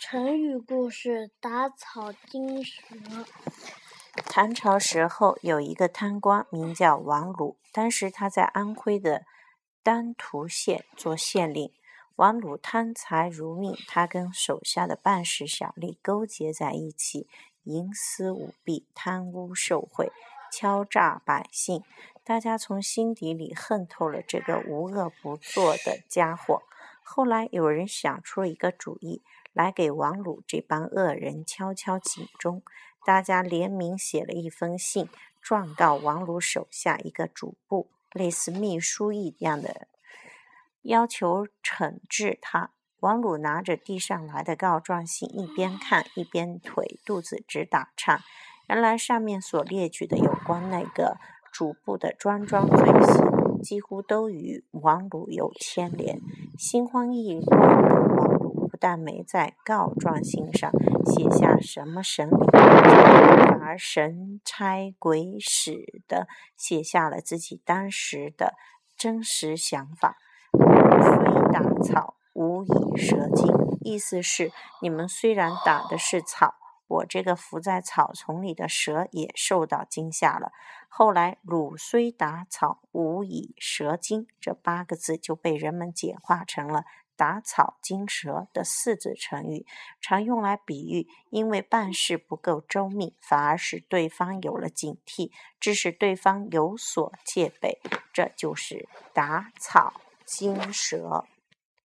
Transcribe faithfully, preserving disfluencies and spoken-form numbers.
成语故事打草惊蛇。 唐朝时候有一个贪官名叫王鲁，当时他在安徽的丹徒县做县令。王鲁贪财如命，他跟手下的办事小吏勾结在一起，营私舞弊，贪污受贿，敲诈百姓。大家从心底里恨透了这个无恶不作的家伙。后来有人想出了一个主意，来给王鲁这帮恶人敲敲警钟。大家联名写了一封信，状告王鲁手下一个主簿，类似秘书一样的，要求惩治他。王鲁拿着递上来的告状信，一边看一边腿肚子直打颤。原来上面所列举的有关那个主簿的桩桩罪行，几乎都与王鲁有牵连。心慌意乱的王鲁不但没在告状信上写下什么神理，反而神差鬼使的写下了自己当时的真实想法。虽打草，无以蛇惊，意思是你们虽然打的是草，我这个伏在草丛里的蛇也受到惊吓了。后来鲁虽打草，无以蛇惊，这八个字就被人们简化成了打草惊蛇的四字成语，常用来比喻因为办事不够周密，反而使对方有了警惕，致使对方有所戒备，这就是打草惊蛇。